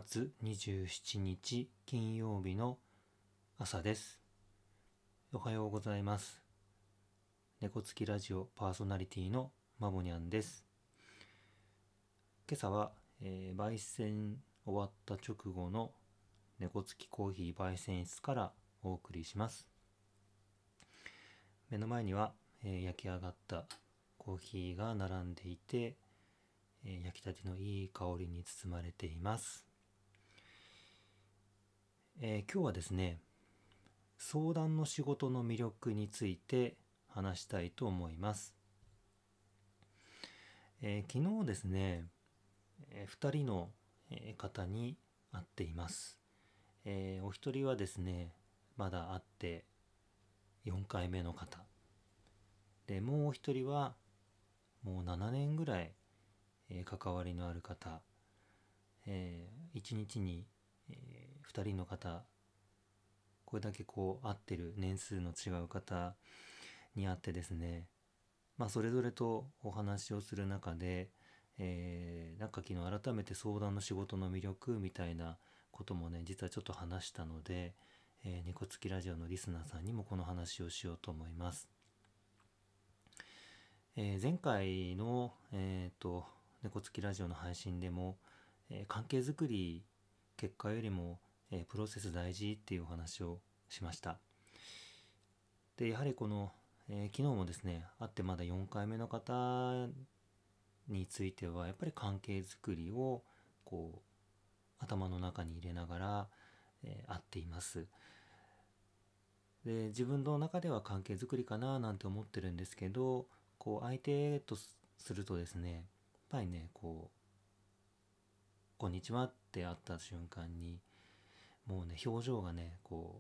月27日金曜日の朝です。おはようございます。猫つきラジオパーソナリティのまぼにゃんです。今朝は、焙煎終わった直後の猫つきコーヒー焙煎室からお送りします。目の前には、焼き上がったコーヒーが並んでいて、焼きたてのいい香りに包まれています。今日はですね、相談の仕事の魅力について話したいと思います。昨日ですね、2人の方に会っています。お一人はですね、まだ会って4回目の方で、もうお一人はもう7年ぐらい、関わりのある方、1日に、2人の方、これだけこう会ってる年数の違う方に会ってですね、それぞれとお話をする中で、なんか昨日改めて相談の仕事の魅力みたいなこともね、実はちょっと話したので、猫つきラジオのリスナーさんにもこの話をしようと思います。前回の、猫つきラジオの配信でも、関係づくり、結果よりも、プロセス大事っていうお話をしました。で、やはりこの、昨日もですね、会ってまだ4回目の方については、やっぱり関係づくりをこう頭の中に入れながら、会っています。で、自分の中では関係づくりかななんて思ってるんですけど、こう相手とするとですね、やっぱりね、こんにちはって会った瞬間に、もうね、表情がね、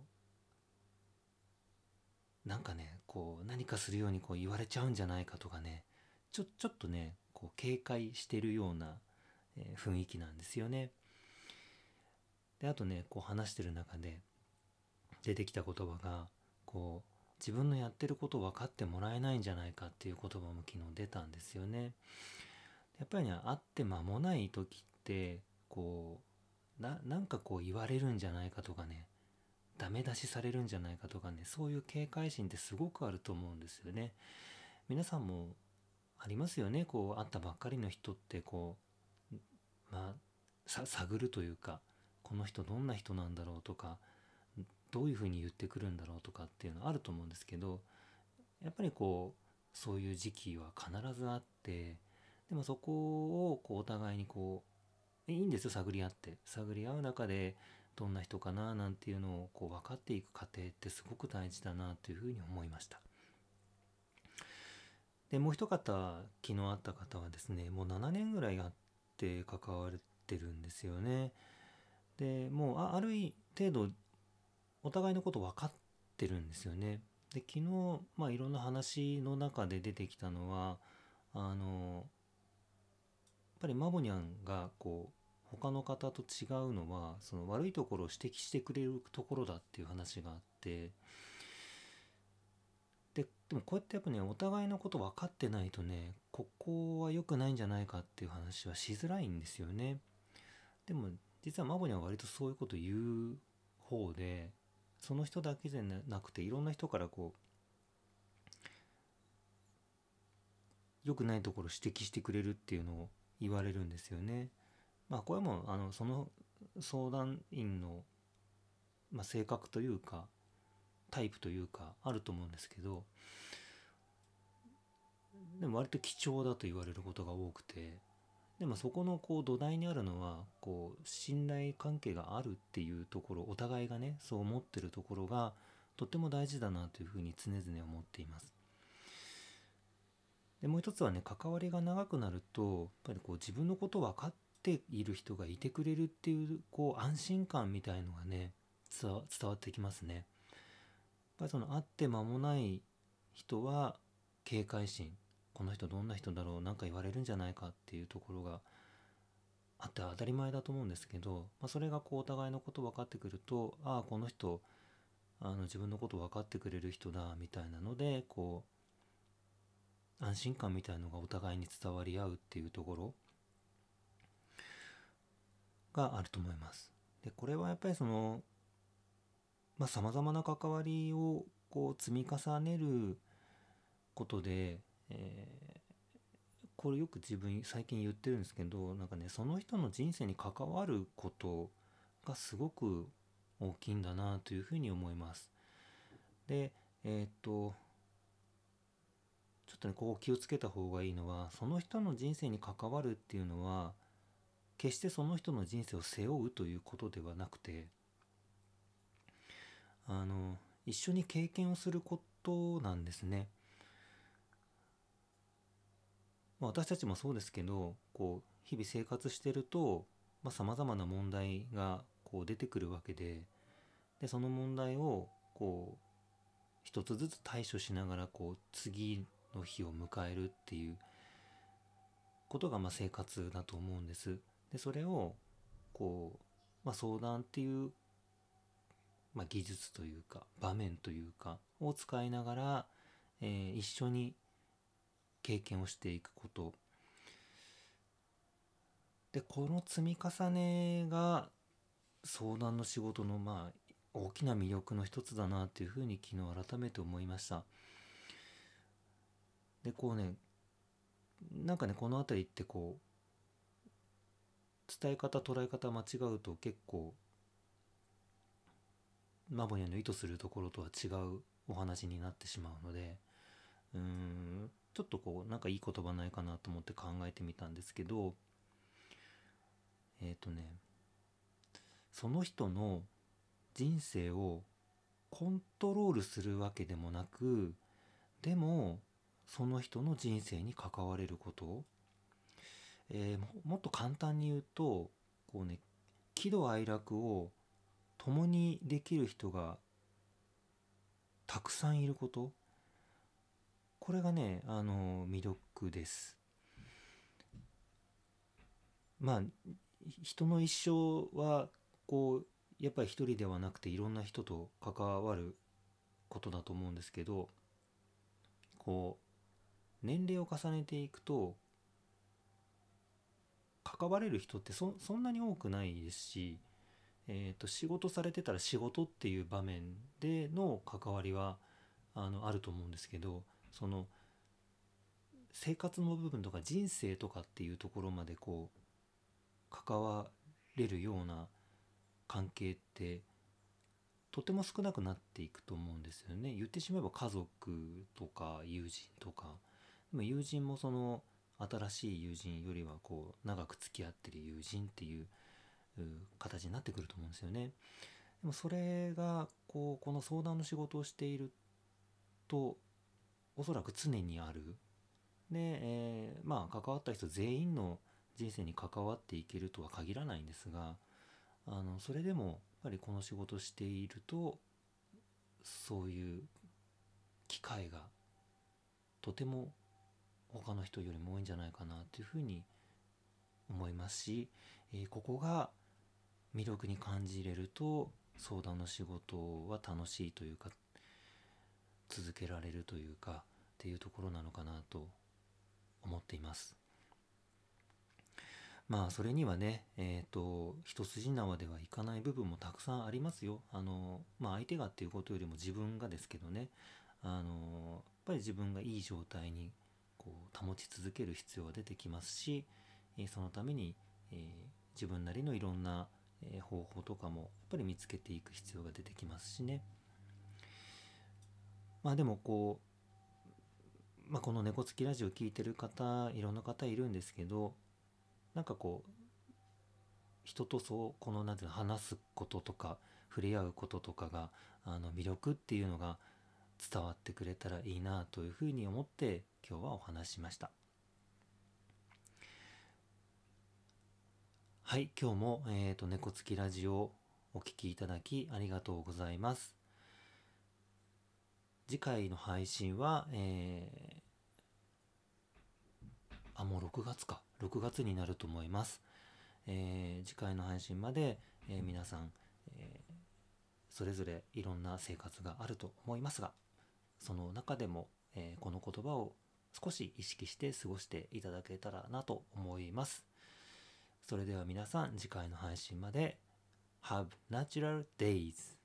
なんかね、何かするように言われちゃうんじゃないかとかね、ちょっとね、警戒してるような、雰囲気なんですよね。で、あとね、話してる中で出てきた言葉が、自分のやってることを分かってもらえないんじゃないかっていう言葉も昨日出たんですよね。やっぱりね、会って間もない時って、なんか言われるんじゃないかとかね、ダメ出しされるんじゃないかとかね、そういう警戒心ってすごくあると思うんですよね。皆さんもありますよね。会ったばっかりの人って探るというか、この人どんな人なんだろうとか、どういうふうに言ってくるんだろうとかっていうのあると思うんですけど、やっぱりそういう時期は必ずあって、でもそこをお互いにいいんですよ、探り合って。探り合う中で、どんな人かななんていうのを分かっていく過程ってすごく大事だなというふうに思いました。で、もう一方、昨日会った方はですね、もう7年ぐらい会って関わってるんですよね。で、もうある程度、お互いのこと分かってるんですよね。で、昨日、いろんな話の中で出てきたのは、やっぱりマボニャンが他の方と違うのは、その悪いところを指摘してくれるところだっていう話があって、でもこうやってやっぱね、お互いのこと分かってないとね、ここは良くないんじゃないかっていう話はしづらいんですよね。でも実はマボニャンは割とそういうこと言う方で、その人だけじゃなくていろんな人から良くないところを指摘してくれるっていうのを言われるんですよね。これもその相談員の、性格というかタイプというかあると思うんですけど、でも割と貴重だと言われることが多くて、でもそこの土台にあるのは信頼関係があるっていうところ、お互いがねそう思ってるところがとっても大事だなというふうに常々思っています。でもう一つはね、関わりが長くなるとやっぱり自分のことを分かっている人がいてくれるっていう安心感みたいのがね伝わってきますね。やっぱりその会って間もない人は警戒心、この人どんな人だろう、なんか言われるんじゃないかっていうところがあって当たり前だと思うんですけど、それがお互いのこと分かってくると、ああこの人自分のこと分かってくれる人だみたいなので安心感みたいのがお互いに伝わり合うっていうところがあると思います。でこれはやっぱりさまざまな関わりをこう積み重ねることで、これよく自分最近言ってるんですけど、なんかね、その人の人生に関わることがすごく大きいんだなというふうに思います。で、ちょっとね、ここ気をつけた方がいいのは、その人の人生に関わるっていうのは、決してその人の人生を背負うということではなくて、一緒に経験をすることなんですね。私たちもそうですけど、こう日々生活してるとさまざまな問題がこう出てくるわけで、その問題をこう一つずつ対処しながらこう次の日を迎えるっていうことが生活だと思うんです。でそれをこう、相談っていう、技術というか場面というかを使いながら、一緒に経験をしていくことで、この積み重ねが相談の仕事の大きな魅力の一つだなというふうに昨日改めて思いました。でこうね、なんかね、この辺りってこう伝え方捉え方間違うと結構マボニャの意図するところとは違うお話になってしまうので、ちょっとこうなんかいい言葉ないかなと思って考えてみたんですけど、その人の人生をコントロールするわけでもなく、でもその人の人生に関われること、もっと簡単に言うと、こうね、喜怒哀楽を共にできる人がたくさんいること、これがね、魅力です。人の一生はこうやっぱり一人ではなくていろんな人と関わることだと思うんですけど、こう年齢を重ねていくと関われる人ってそんなに多くないですし、仕事されてたら仕事っていう場面での関わりはあると思うんですけど、その生活の部分とか人生とかっていうところまでこう関われるような関係ってとても少なくなっていくと思うんですよね。言ってしまえば家族とか友人とか、でも友人もその新しい友人よりはこう長く付き合ってる友人っていう形になってくると思うんですよね。でもそれがこの相談の仕事をしているとおそらく常にある。で、関わった人全員の人生に関わっていけるとは限らないんですが、それでもやっぱりこの仕事をしているとそういう機会がとても他の人よりも多いんじゃないかなというふうに思いますし、ここが魅力に感じれると相談の仕事は楽しいというか続けられるというかっていうところなのかなと思っています。それにはね、一筋縄ではいかない部分もたくさんありますよ。相手がっていうことよりも自分がですけどね、やっぱり自分がいい状態にこう保ち続ける必要が出てきますし、そのために、自分なりのいろんな、方法とかもやっぱり見つけていく必要が出てきますしね。でもこの猫つきラジオ聞いてる方いろんな方いるんですけど、なんかこう人とこのなんていうの話すこととか触れ合うこととかが魅力っていうのが伝わってくれたらいいなというふうに思って今日はお話ししました。はい、今日も、猫つきラジオをお聞きいただきありがとうございます。次回の配信は、もう6月か6月になると思います。次回の配信まで、皆さん、それぞれいろんな生活があると思いますが、その中でも、この言葉を少し意識して過ごしていただけたらなと思います。 それでは皆さん次回の配信まで Have natural days!